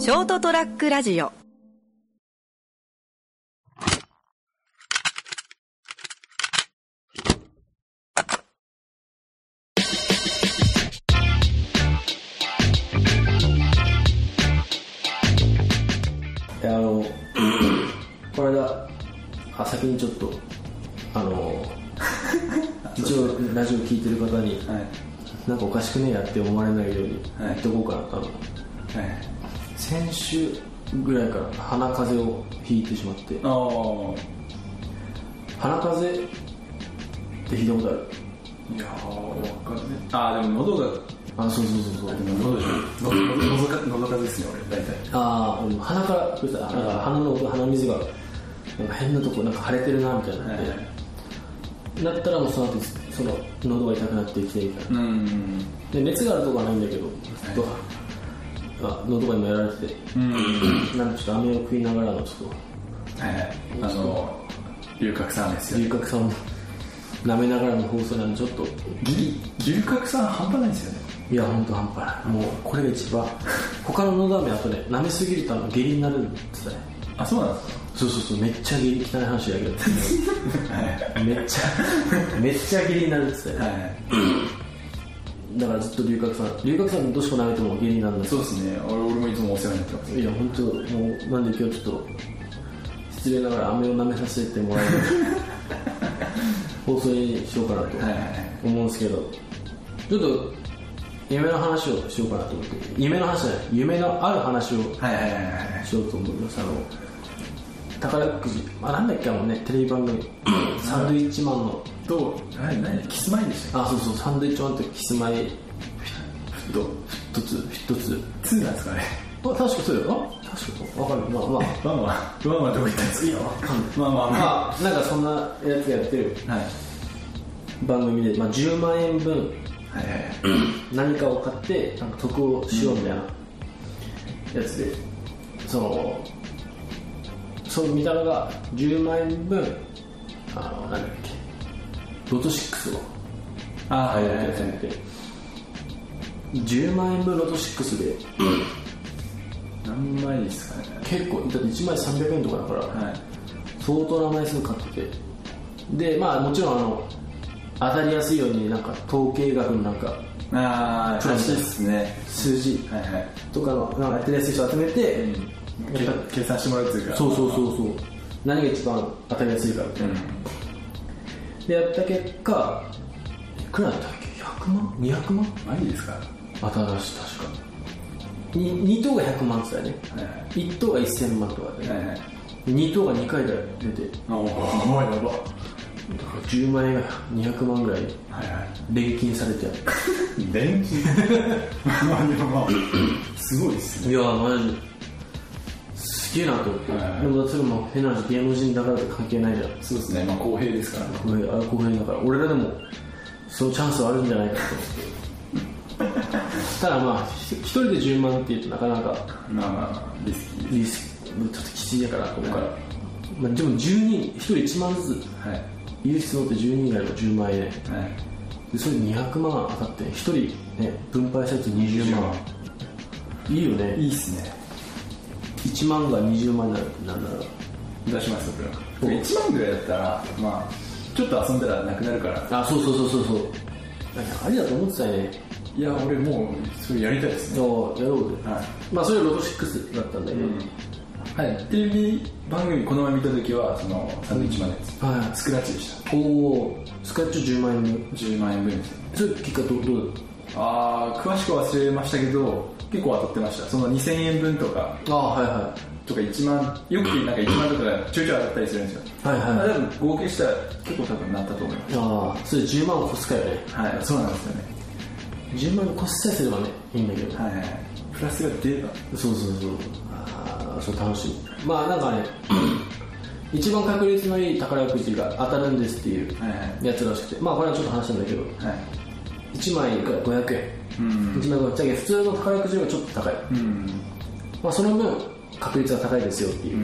ショートトラックラジオ。 この間先にちょっと一応ラジオ聞いてる方に、はい、なんかおかしくねえやって思われないように言っておこうかなと、はい、先週ぐらいから鼻風邪をひいてしまって。鼻風邪ってひいたことある？ いやー、わかんない。でも喉がそう喉風ですね、俺大体。 俺も鼻から鼻の音、鼻水がなんか変なとこなんか腫れてるなみたいになって、なったらもうその後その喉が痛くなってきてみたいな。で熱があるとこはないんだけど、ずっと喉が今やられてて、なんかちょっと飴を食いながらのちょっと龍角散ですよ。 龍角散を舐めながらの放送なんで、ちょっと龍角散半端ないですよね。 いや本当半端ない。もうこれが一番他の喉飴だとね、舐めすぎると下痢になるんですね。 そうなんですか？ そうめっちゃ下痢、汚い話だけどめっちゃ下痢になるっつって、だからずっと龍角散どうしか舐めても下痢なんだ。 そうですね。俺もいつもお世話になってます。 いや本当もうなんで今日ちょっと失礼ながら飴を舐めさせてもらえる放送にしようかなと思うんですけど、ちょっと夢の話をしようかなと思って。夢の話じゃない、夢のある話をしようと思います。宝くじ、なんだっけ、テレビ番組サンドイッチマンのキスマイでしたっけ？ そうサンドイッチマンとキスマイフィットツ 2なんですかね。 確かそうよ。確かわかる。ワンはどこ行ったんですか？いやわかんない。 なんかそんなやつがやってる番組で、10万円分何かを買ってなんか得をしようみたいなやつで、そう見たのが10万円分なんだっけ、ロト6を買えるやつ見て、10万円分ロト6で何枚ですかね。 結構だって1枚300円とかだから、相当な枚数買ってて、でもちろん当たりやすいようになんか統計学のなんかプラスですね、 数字とかのなんか当たりやすい人を集めて、 計算してもらうっていうか、 そう何が一番当たりやすいかみたいな、でやった結果いくらだったっけ、100万200万マジですか？ 当たらし確か2等が100万って言ったよね、1等が1000万とかで、2等が2回で出て、やばだから10万円が200万ぐらい錬金されてやる。 錬金すごいですね。 いやマジですげえなと思って、でもそれも変な話、芸能人だからって関係ないじゃん。 そうですね、公平ですからね。 公平だから俺らでもそのチャンスはあるんじゃないかと思ってただ一人で10万って言うとなかなかリスキーちょっときついやからと思うから、でも10人1人1万ずつ、有質のって10人ぐらいの10万円、でそれで200万当たって1人、分配されて20万、いいよね。 いいっすね。 1万が20万になるってなんなら出しますよ。これ1万ぐらいだったらちょっと遊んだらなくなるから。 そうありだと思ってたよね。 いや俺もうそれやりたいですね。 やろうぜ。それロト6だったんだけど、 テレビ番組この前見た時はそのサンドイッチマンのやつ、スクラッチでした。 スクラッチ10万円分です。それ結果どうだった？ 詳しく忘れましたけど結構当たってました。その2000円分とかとか1万、よくなんか1万とかちょいちょい当たったりするんですよ。多分合計したら結構多分なったと思います。それ10万を越すかよね。 そうなんですよね。 10万越すさえすればねいいんだけど、 プラスが出た。そうそれ楽しみ。なんかね一番確率のいい宝くじが当たるんですっていうやつらしくて、これはちょっと話したんだけど、1枚いくら500円、1枚500円、普通の宝くじよりはちょっと高い、その分確率が高いですよっていう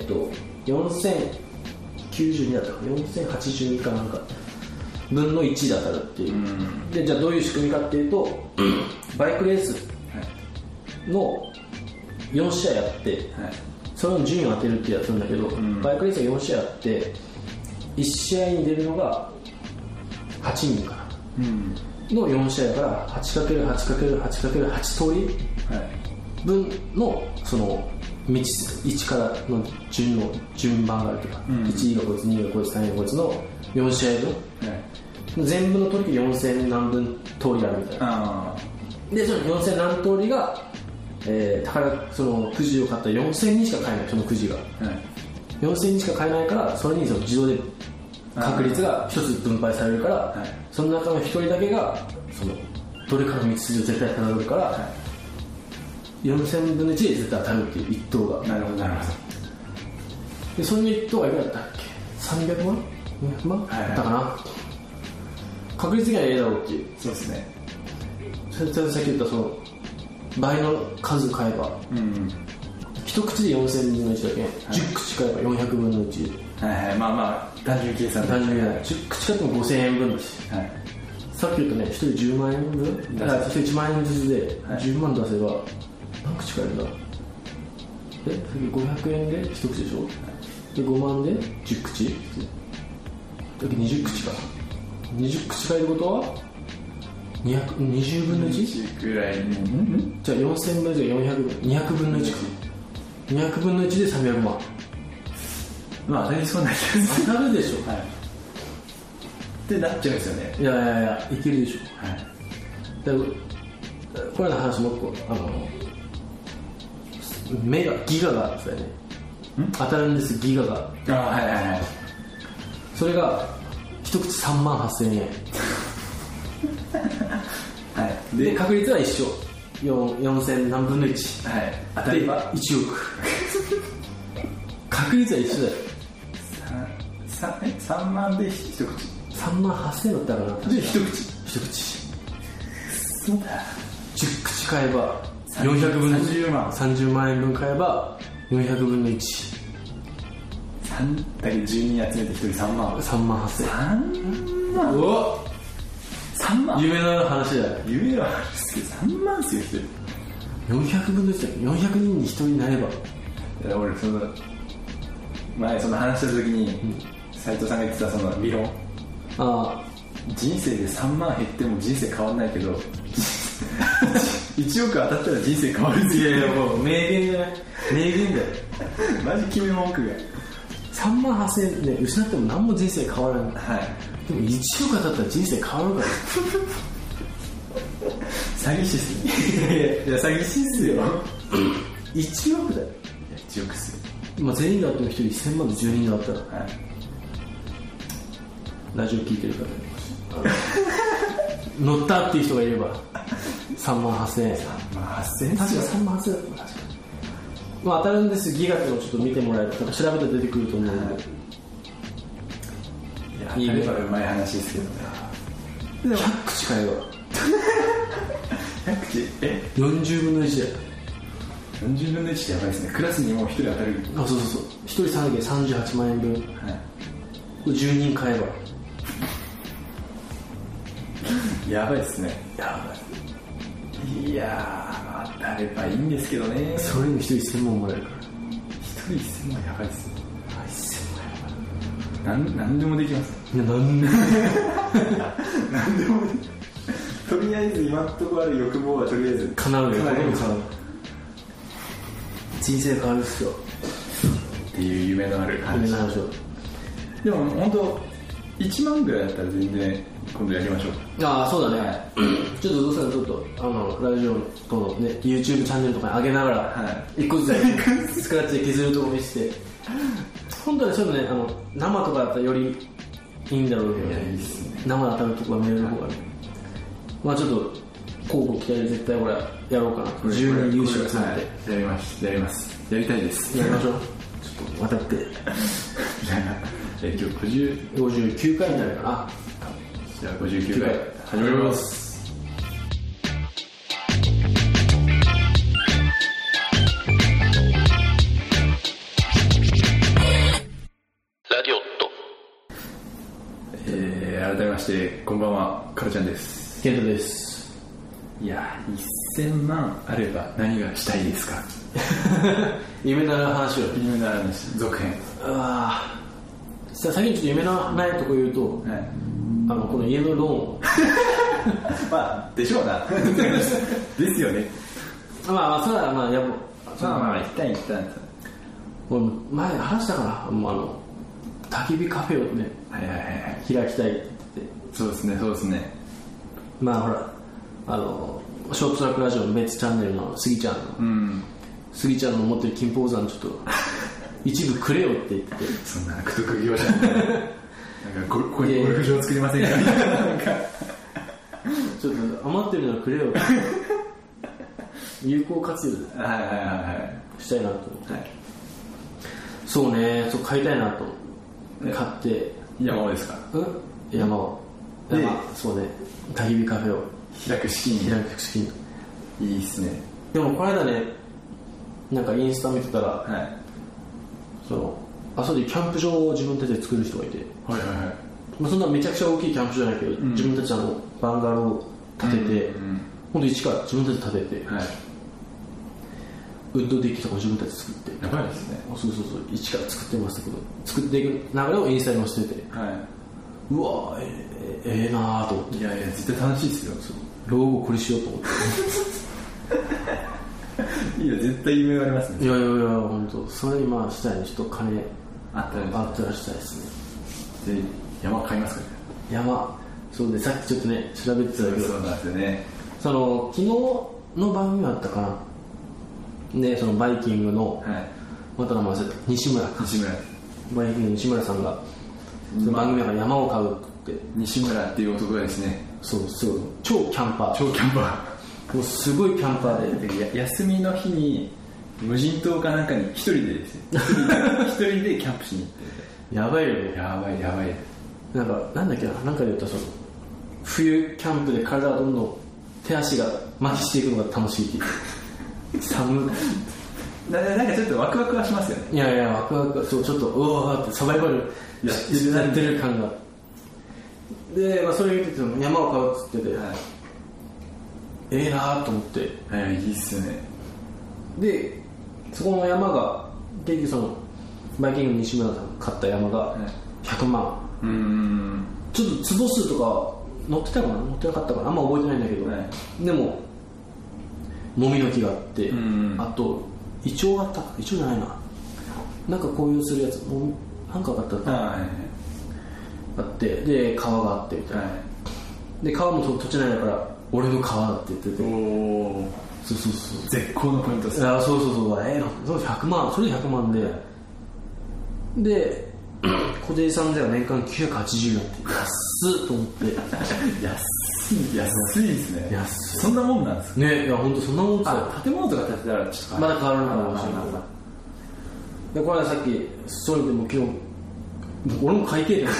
、4092だったか4082かなんか分の1で当たるっていう、でじゃあどういう仕組みかっていうと、バイクレースの 4試合やって、はい、それの順位を当てるってやつなんだけど、バイクレースが4試合やって1試合に出るのが8人かな、の4試合から 8×8×8×8 通り分のその1からの順番があるとか、1位がこいつ、2位がこいつ、3位がこいつの4試合分、全部の通りで4000何分通りあるみたいな。でその4000何通りが、宝そのくじを買った4000人しか買えない、そのくじが、4000人しか買えないから、それにその自動で確率が一つ分配されるから、その中の一人だけがそのどれかの道筋を絶対たどるから、4000分の1で絶対当たるっていう一等が。 なるほどなるほど。 でその一等がいくらだったっけ、300万400万だったかな、確率がええだろうっていう。 そうですね。 それとさっき言ったその倍の数買えば、一口で4000分の1だけ、10口買えば400分の1、 はいはい、まあまあ単純計算で 10口買っても5000円分だし、さっき言ったね、1人10万円分、1人1万円ずつで10万出せば何口買えるんだ、500円で一口でしょ、で5万で10口だけ20口か、20口買えることは20分の 1? ぐらい、 じゃあ4000分の1が200分の1か、200分の1で300万、 まあ当たりそうな気がする。 当たるでしょ、 ってなっちゃうんですよね。 いやいけるでしょ、だからこれの話もう一個、ギガがあるんですよね、当たるんです、ギガが。それが一口3万8000円で確率は一緒、4000何分の1、当たりは1億確率は一緒だよ。 3万で一口、 3万8000だったかな、 で一口そうだ、10口買えば400分の1、30万円分買えば400分の1、 だけど10人集めて1人3万 3万8000、 3万、うわ3万、 夢のある話だよ。 夢のある話ですけど3万っすよ、1人 400分の1だよ、400人に1人になれば。 いや俺その前その話した時に斉藤さんが言ってたその理論、人生で3万減っても人生変わんないけど1億当たったら人生変わるっていう。 いやもう名言じゃない、名言だよマジ決め文句が。 3万8000円ね、失っても何も人生変わらない、でも1億当たったら人生変わるから詐欺師っすね。いや詐欺師っすよ 1億だよ。 1億っすよ。 今全員であっても1人1000万で10人だったら、ラジオ聞いてる方に乗ったっていう人がいれば3万8000円、 3万8000円、 確か3万8000円だった、当たるんです。ギガっていうのをちょっと見てもらえると、調べたら出てくると思うので、 いいね、うまい話ですけどね。 100口買えば 100口 40分の1だよ。 40分の1ってやばいですね。クラスにもう1人当たる。 そう1人38万円分、10人買えばやばいですね。やばい。いやー、当たればいいんですけどね。 それに1人1000万もらえるから、 1人1000万やばいですね。 1000万やばい。 何でもできます。 何でも何でもとりあえず今のところある欲望はとりあえず叶うよ。人生変わるっすよっていう夢のある話。でも本当1万ぐらいだったら全然今度やりましょう。 そうだね、ちょっとどうせちょっとラジオとのね YouTube チャンネルとかに上げながら一個ずつスクラッチで削るところ見せて、本当にそういうのね、生とかだったらよりいいんだろうけど、生で当たるとこが見れる方がね、ちょっと交互期待で絶対これやろうかな。10人優勝するんでやります。やりたいです。 やりましょう。ちょっと渡って今日 59回になるかな。 じゃあ59回始めます。 ラディオット。 改めましてこんばんは、カルちゃんです。 ケントです。 いや1000万あれば何がしたいですか？ 夢なら話を。 夢なら話続編。 先にちょっと夢のないとこ言うと、はい、この家のローンをまあでしょうなですよね。 まあそれはまあまあ一旦前話したから焚き火カフェをね、開きたいって言って。 そうですね。 まあほらショートトラックラジオの別チャンネルのスギちゃんの持ってる金峰山ちょっと一部くれよって言ってて、 そんな悪徳業者みたいななんかゴルフ場作りませんかみたいな、なんかちょっと余ってるのくれよって有効活用したいなと思って、はい、そうね、そう買いたいなと買って山をですか？ 山そうね、焚き火カフェを開く資金いいっすね。 でもこの間ね、なんかインスタ見てたら、はい、そういうキャンプ場を自分たちで作る人がいて、まあ、そんなめちゃくちゃ大きいキャンプ場じゃないけど、自分たちバンガローを建てて、ほんと一から自分たちで建てて、ウッドデッキとか自分たちで作って、 やばいですね。 そう一から作ってましたけど、作っていく流れをインスタに載せてて、うわええなぁと思って。 いや絶対楽しいですよ。 老後これしようと思っていや絶対夢がありますね。 いや本当それ今したいにちょっと金あったらしたいですね。で山買いますか？ 山、そうでさっきちょっとね調べてたけど、 そうなんですよね。 昨日の番組あったかなで、そのバイキングの、また名前忘れた、西村バイキングの西村さんがその番組が山を買うって。 西村っていう男がですね、 そう超キャンパー、もうすごいキャンパーで休みの日に無人島かなんかに一人でですね一人でキャンプしに行ってやばいよね。 やばいなんだっけな、なんかで言ったら冬キャンプで体がどんどん手足が麻痺していくのが楽しいっていう寒いなんかちょっとワクワクはしますよね。 いやワクワク、そうちょっとうわーってサバイバルやってる感がで、まあ、それ言ってて山を買うっつってて、ええなーと思って、 いいっすよね。 でそこの山が結局バイキングの西村さんが買った山が100万、ちょっと坪数とか乗ってたかな乗ってなかったかな、あんま覚えてないんだけど、でももみの木があって、あとイチョウがあったか、イチョウじゃないな、なんか紅葉するやつなんかあって、で川があってみたいな、で川も土地内だから俺の川だって言ってて、そう絶好のポイントですね。 そう100万、それで100万で小手さんでは年間980円って安っと思って安いですね。そんなもんなんですかね。いや本当そんなもんですよ。 建物とか建てたらちょっとまだ変わるのかもしれない。でこれはさっきそれでも昨日俺も買いてえって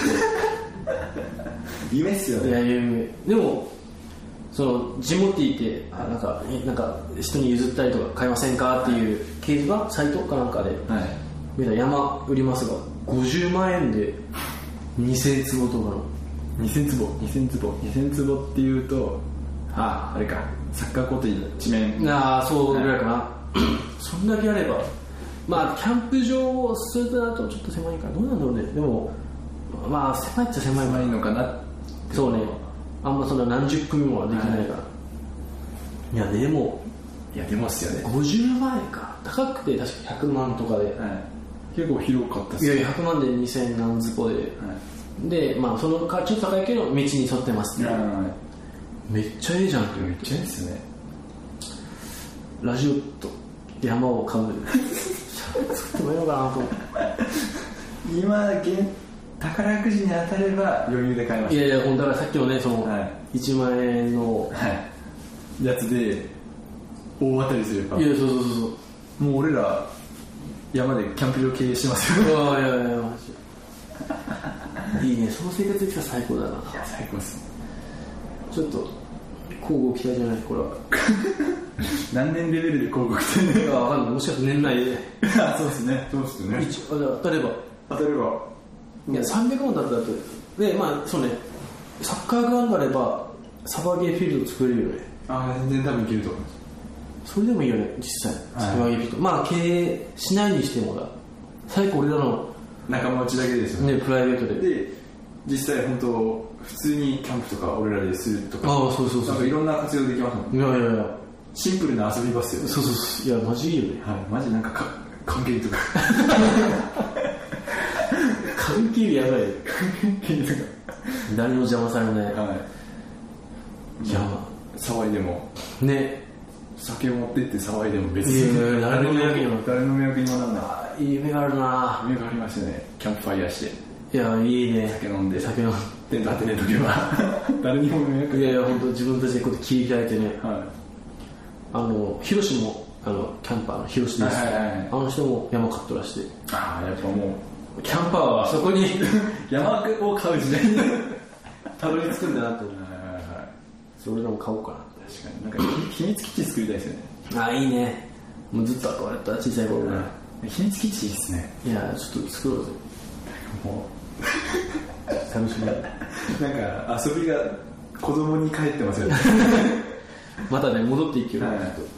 夢っすよね。 いや夢でもジモティーってなんか人に譲ったりとか買いませんかっていう掲示板サイトかなんかで、見たら山売りますが50万円で2000坪とかの 2000坪っていうとあれか、サッカーコート一面そうぐらいかな、そんだけあれば、まあキャンプ場をするとなるとちょっと狭いからどうなんだろうね。でもまあ狭いっちゃ狭いのかな。 そうね、あんまそんな何十組もはできないから、いやでもっすよね。 50万円か、高くて確か100万とかで、 結構広かったっすね。 いや100万で2000何坪で、でまあそのちょっと高いけど道に沿ってますって、めっちゃいいじゃんって。 めっちゃいいっすね。 ラジオと山を買う作ってもいいのかなと思って今宝くじに当たれば余裕で買いました。 いやだからさっきのね1万円の、 やつで大当たりすれば、 そうもう俺ら山でキャンプ場経営してますよ。 いやマジいいね、その生活できたら最高だな。いや最高っすね。 ちょっと交互期待じゃないこれは何年レベルで交互期待？ 分かんない、もしかして年内でそうですね。 当たればいや300万だったらで、まあそうね、サッカーグラウンドあればサバゲーフィールド作れるよね。 全然多分いけると思います。 それでもいいよね、実際。スパゲティとまあ経営しないにしてもだ、最後俺らの仲間内だけですよね、プライベートで実際本当普通にキャンプとか俺らでするとか、 そうなんかいろんな活用できますもんね。 いやシンプルな遊び場っすよね。 そういやマジいいよね。 マジなんか関係とか関係やばい。誰の邪魔されない。いや騒いでもね、 酒を持ってって騒いでも別に誰の迷惑にもなんない。 いい夢があるな。 夢がありましたね。キャンプファイヤーして。 いやいいね。 酒飲んでテント当てねえとけば誰にも迷惑。 いや本当自分たちでこうやって切り開いてね。ヒロシもキャンパーのヒロシです。あの人も山買っとらして。 やっぱもうキャンパーはそこに山を買う時代にたどり着くんだなって。それでも買おうかな。 確かになんか秘密基地作りたいですよね。 いいね。もうずっと憧れた小さい頃ね。 秘密基地いいっすね。 いやちょっと作ろうぜ。もう楽しみだ。 なんか遊びが子供に帰ってますよね。 またね戻っていける。いや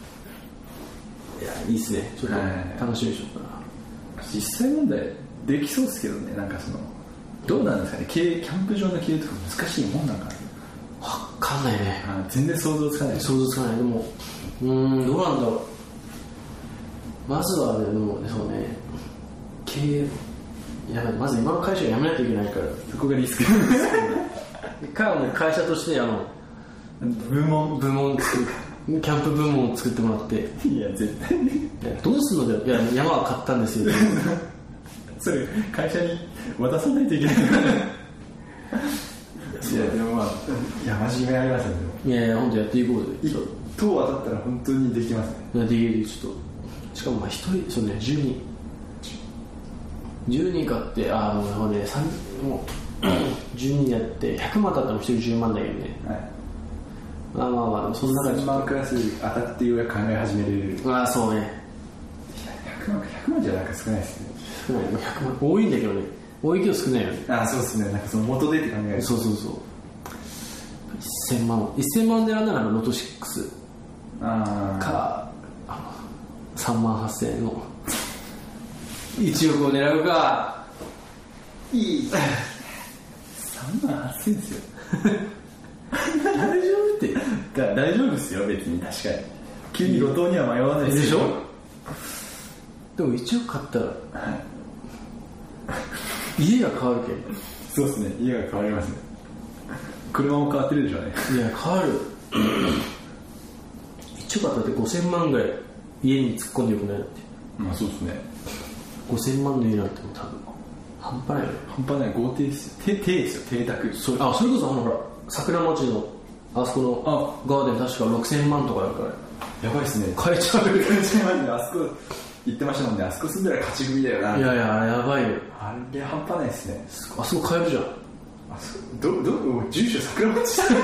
いいっすね。ちょっと楽しみにしようかな。 実際問題できそうですけどね。なんかどうなんですかね。キャンプ場の経営とか難しいもんなんかな。 分かんないね。 全然想像つかない。 でもどうなんだろう。まずはね、でもね、そうね、経営まず今の会社を辞めないといけないから、 そこがリスクからもう会社として部門作る、キャンプ部門を作ってもらって。 いや絶対にどうすんのだよ。いや山は買ったんですよ。 それ会社に渡さないといけないいやでも真面目ありますよね。 いや本当やっていこうぜ。 1等当たったら本当にできますね。 できる。ちょっとしかも1人そうね10人買って、もうねもう10人やって100万当たったら1人10万だけどね。まあそんな 1000万クラス当たってようやく考え始めれる。 そうね。 100万じゃなんか少ないですね。 少ない。100万多いんだけどね。多いけど少ないよね。 そうですね。なんか元でって考える。 そう1000万狙うならロト6か3万8000円の1億を狙うか。 いい3万8000円ですよ。 大丈夫って大丈夫ですよ別に。確かに急に路頭には迷わないでしょ。でも1億買ったら、家が変わるけど。 そうですね。家が変わりますね。車も変わってるでしょうね。 いや変わる。1億買ったって5000万ぐらい家に突っ込んでよくないって。 そうですね。 5000万の家なんてもう多分半端ないよね。 半端ない。豪邸ですよ。邸ですよ。邸宅。 それこそほら桜町のあそこのガーデン確か6000万とかだからやばいっすね。 買えちゃう。 あそこ言ってましたもんね。あそこ住んだら勝ち組だよな。 いややばいよ。 あれ半端ないっすね。 あそこ買えるじゃん。 住所桜町か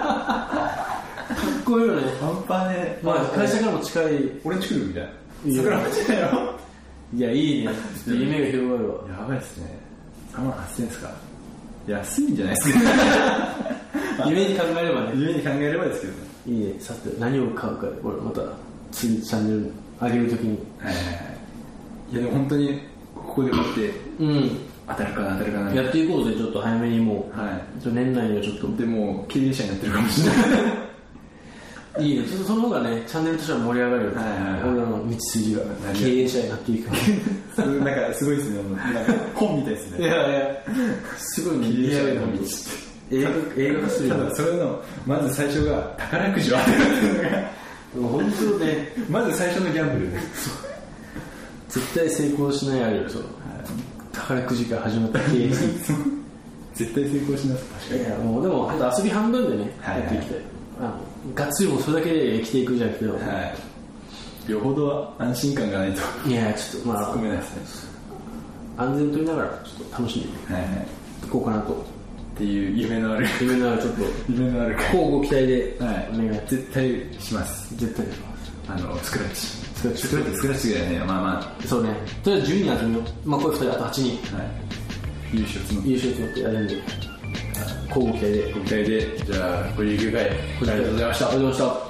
っこいいよね。 半端ね。 会社からも近い。 俺んち来るみたいな。桜町だよ。 いやいいね。夢が広がるわ。 やばいっすね。3万8000円ですか。安いんじゃないですか。 夢に考えればね。 夢に考えればですけどね。 いいね。さて何を買うかでこれまた次チャンネル上げるときに。 いやでも本当にここで待って当たるかなやっていこうぜ。ちょっと早めにもう、年内にはちょっとでも経営者になってるかもしれないいいね。ちょっとその方がねチャンネルとしては盛り上がるよね。俺らの道筋が経営者になっていくなんかすごいですね。なんか本みたいですね。 いやすごいね。 経営者の道映画化するよ。 ただそれのまず最初が宝くじを当てるっていうのが本当ね。 まず最初のギャンブルで絶対成功しないあれよ。宝くじから始まった経営絶対成功します。確かに。 いやもうでも遊び半分でねやっていきたい。がっつりもそれだけで生きていくじゃなくて、 よほど安心感がないと。 いやちょっと突っ込めないですね。 安全と言いながらちょっと楽しんでいこうかなとっていう夢のあるちょっと夢のある交互期待で絶対します。 絶対します。スクラッチがね。 そうね。とりあえず10人集めよう。これ2人あと8人優勝募ってやるんで。 交互期待で。 ご期待で。じゃあ、59回、ありがとうございました。 ありがとうございました。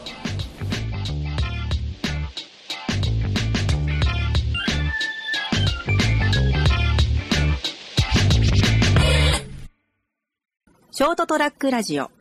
ショートトラックラジオ